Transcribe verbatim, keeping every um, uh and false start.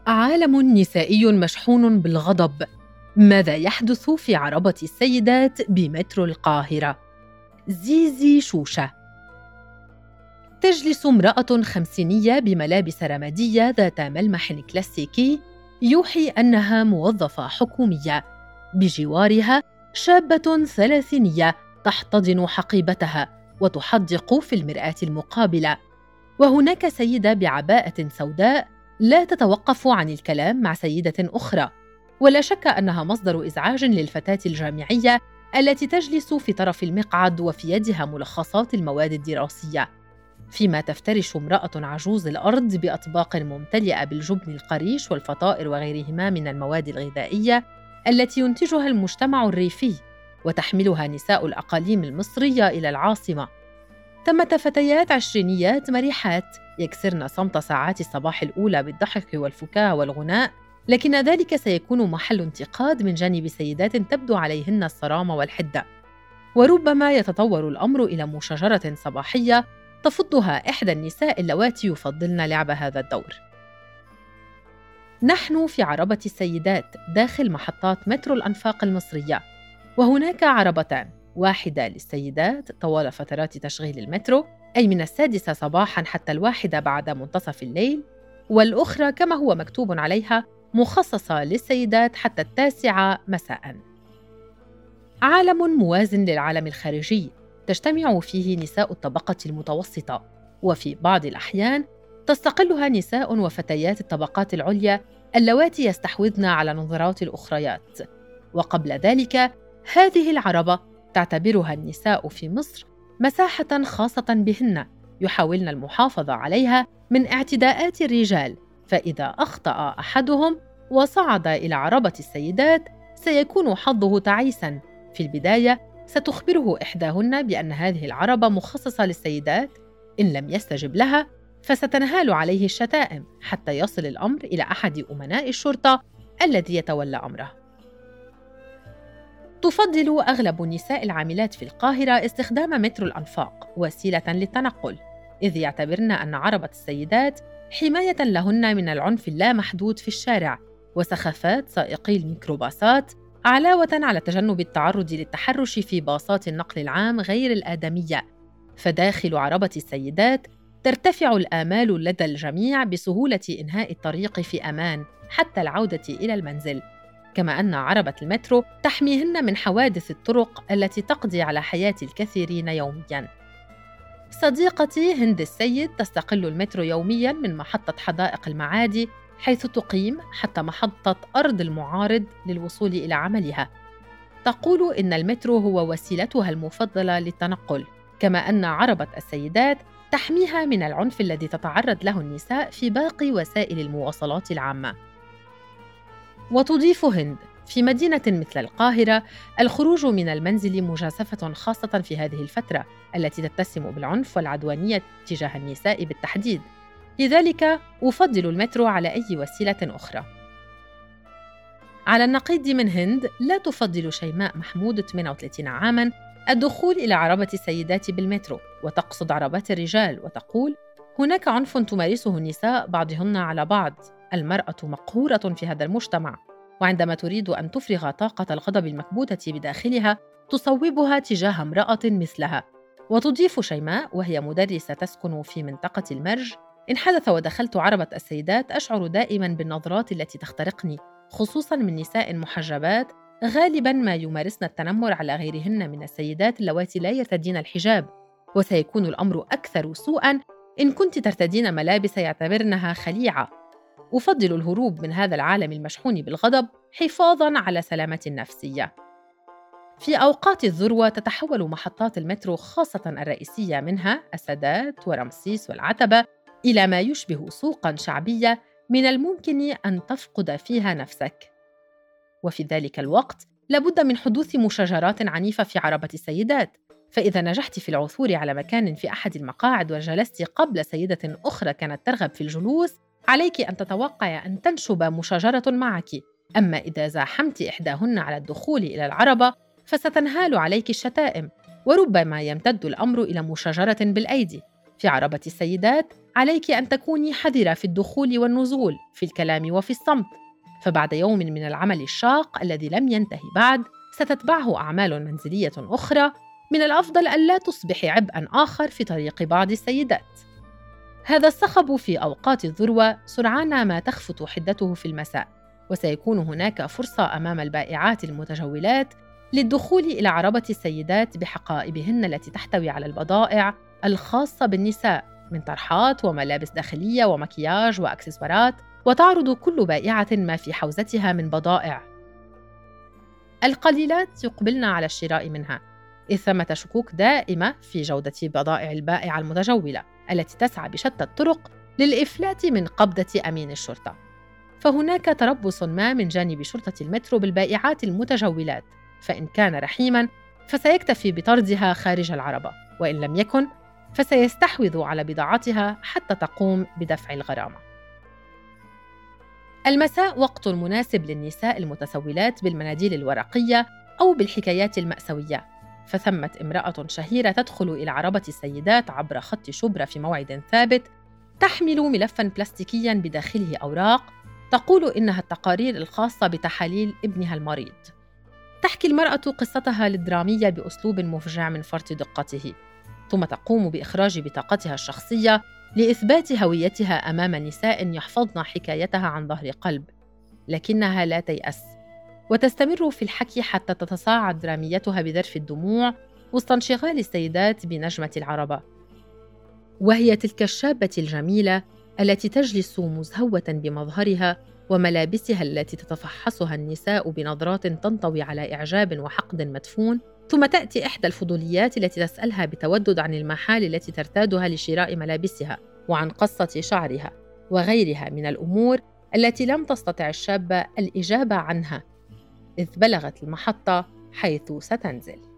عالم نسائي مشحون بالغضب. ماذا يحدث في عربة السيدات بمترو القاهرة؟ زيزي شوشة. تجلس امرأة خمسينية بملابس رمادية ذات ملمح كلاسيكي يوحي أنها موظفة حكومية. بجوارها شابة ثلاثينية تحتضن حقيبتها وتحدق في المرآة المقابلة، وهناك سيدة بعباءة سوداء لا تتوقف عن الكلام مع سيدة أخرى، ولا شك أنها مصدر إزعاج للفتاة الجامعية التي تجلس في طرف المقعد وفي يدها ملخصات المواد الدراسية، فيما تفترش امرأة عجوز الأرض بأطباق ممتلئة بالجبن القريش والفطائر وغيرهما من المواد الغذائية التي ينتجها المجتمع الريفي وتحملها نساء الأقاليم المصرية إلى العاصمة. ثمة فتيات عشرينيات مرحات يكسرن صمت ساعات الصباح الأولى بالضحك والفكاهة والغناء، لكن ذلك سيكون محل انتقاد من جانب سيدات تبدو عليهن الصرامة والحدة، وربما يتطور الأمر إلى مشاجرة صباحية تفضها إحدى النساء اللواتي يفضلن لعب هذا الدور. نحن في عربة السيدات داخل محطات مترو الأنفاق المصرية، وهناك عربتان، واحدة للسيدات طوال فترات تشغيل المترو، أي من السادسة صباحاً حتى الواحدة بعد منتصف الليل، والأخرى كما هو مكتوب عليها مخصصة للسيدات حتى التاسعة مساءً. عالم موازن للعالم الخارجي تجتمع فيه نساء الطبقة المتوسطة، وفي بعض الأحيان تستقلها نساء وفتيات الطبقات العليا اللواتي يستحوذن على نظرات الأخريات. وقبل ذلك هذه العربة تعتبرها النساء في مصر مساحة خاصة بهن يحاولن المحافظة عليها من اعتداءات الرجال، فإذا أخطأ أحدهم وصعد إلى عربة السيدات سيكون حظه تعيساً. في البداية ستخبره إحداهن بأن هذه العربة مخصصة للسيدات، إن لم يستجب لها فستنهال عليه الشتائم حتى يصل الأمر إلى أحد أمناء الشرطة الذي يتولى أمره. تفضل أغلب النساء العاملات في القاهرة استخدام مترو الأنفاق وسيلة للتنقل، إذ يعتبرن أن عربة السيدات حماية لهن من العنف اللامحدود في الشارع وسخافات سائقي الميكروباصات، علاوة على تجنب التعرض للتحرش في باصات النقل العام غير الآدمية. فداخل عربة السيدات ترتفع الآمال لدى الجميع بسهولة إنهاء الطريق في أمان حتى العودة إلى المنزل، كما أن عربة المترو تحميهن من حوادث الطرق التي تقضي على حياة الكثيرين يومياً. صديقتي هند السيد تستقل المترو يومياً من محطة حدائق المعادي حيث تقيم حتى محطة أرض المعارض للوصول إلى عملها. تقول إن المترو هو وسيلتها المفضلة للتنقل، كما أن عربة السيدات تحميها من العنف الذي تتعرض له النساء في باقي وسائل المواصلات العامة. وتضيف هند: في مدينة مثل القاهرة الخروج من المنزل مجازفة خاصة في هذه الفترة التي تتسم بالعنف والعدوانية تجاه النساء بالتحديد، لذلك أفضل المترو على أي وسيلة أخرى. على النقيض من هند، لا تفضل شيماء محمود ثمانية وثلاثين عاماً الدخول إلى عربة السيدات بالمترو، وتقصد عربات الرجال، وتقول: هناك عنف تمارسه النساء بعضهن على بعض، المرأة مقهورة في هذا المجتمع، وعندما تريد أن تفرغ طاقة الغضب المكبوتة بداخلها تصوبها تجاه امرأة مثلها. وتضيف شيماء وهي مدرسة تسكن في منطقة المرج: إن حدث ودخلت عربة السيدات أشعر دائماً بالنظرات التي تخترقني، خصوصاً من نساء محجبات غالباً ما يمارسن التنمر على غيرهن من السيدات اللواتي لا يرتدين الحجاب، وسيكون الأمر أكثر سوءاً إن كنت ترتدين ملابس يعتبرنها خليعة. أفضل الهروب من هذا العالم المشحون بالغضب حفاظاً على سلامتي النفسية. في أوقات الذروة تتحول محطات المترو خاصة الرئيسية منها السادات ورمسيس والعتبة إلى ما يشبه سوقاً شعبية من الممكن أن تفقد فيها نفسك. وفي ذلك الوقت لابد من حدوث مشاجرات عنيفة في عربة السيدات، فإذا نجحت في العثور على مكان في أحد المقاعد وجلست قبل سيدة أخرى كانت ترغب في الجلوس، عليك أن تتوقعي أن تنشب مشاجرة معك. أما إذا زاحمت إحداهن على الدخول إلى العربة فستنهال عليك الشتائم، وربما يمتد الأمر إلى مشاجرة بالأيدي. في عربة السيدات عليك أن تكوني حذرة في الدخول والنزول، في الكلام وفي الصمت، فبعد يوم من العمل الشاق الذي لم ينتهي بعد ستتبعه أعمال منزلية أخرى، من الأفضل ألا تصبحي عبئاً آخر في طريق بعض السيدات. هذا الصخب في أوقات الذروة سرعان ما تخفت حدته في المساء، وسيكون هناك فرصة أمام البائعات المتجولات للدخول إلى عربة السيدات بحقائبهن التي تحتوي على البضائع الخاصة بالنساء من طرحات وملابس داخلية ومكياج وأكسسوارات، وتعرض كل بائعة ما في حوزتها من بضائع. القليلات يقبلن على الشراء منها، إذ ثمة شكوك دائمة في جودة بضائع البائعة المتجولة التي تسعى بشتى الطرق للإفلات من قبضة أمين الشرطة. فهناك تربص ما من جانب شرطة المترو بالبائعات المتجولات، فإن كان رحيماً فسيكتفي بطردها خارج العربة، وإن لم يكن فسيستحوذ على بضاعتها حتى تقوم بدفع الغرامة. المساء وقت مناسب للنساء المتسولات بالمناديل الورقية أو بالحكايات المأساوية، فثمة امرأة شهيرة تدخل إلى عربة السيدات عبر خط شبرا في موعد ثابت، تحمل ملفاً بلاستيكياً بداخله أوراق تقول إنها التقارير الخاصة بتحاليل ابنها المريض. تحكي المرأة قصتها الدرامية بأسلوب مفجع من فرط دقته، ثم تقوم بإخراج بطاقتها الشخصية لإثبات هويتها أمام نساء يحفظن حكايتها عن ظهر قلب، لكنها لا تيأس وتستمر في الحكي حتى تتصاعد دراميتها بذرف الدموع وسط انشغال السيدات بنجمة العربة. وهي تلك الشابة الجميلة التي تجلس مزهوة بمظهرها وملابسها التي تتفحصها النساء بنظرات تنطوي على إعجاب وحقد مدفون، ثم تأتي إحدى الفضوليات التي تسألها بتودد عن المحال التي ترتادها لشراء ملابسها وعن قصة شعرها وغيرها من الأمور التي لم تستطع الشابة الإجابة عنها، إذ بلغت المحطة حيث ستنزل.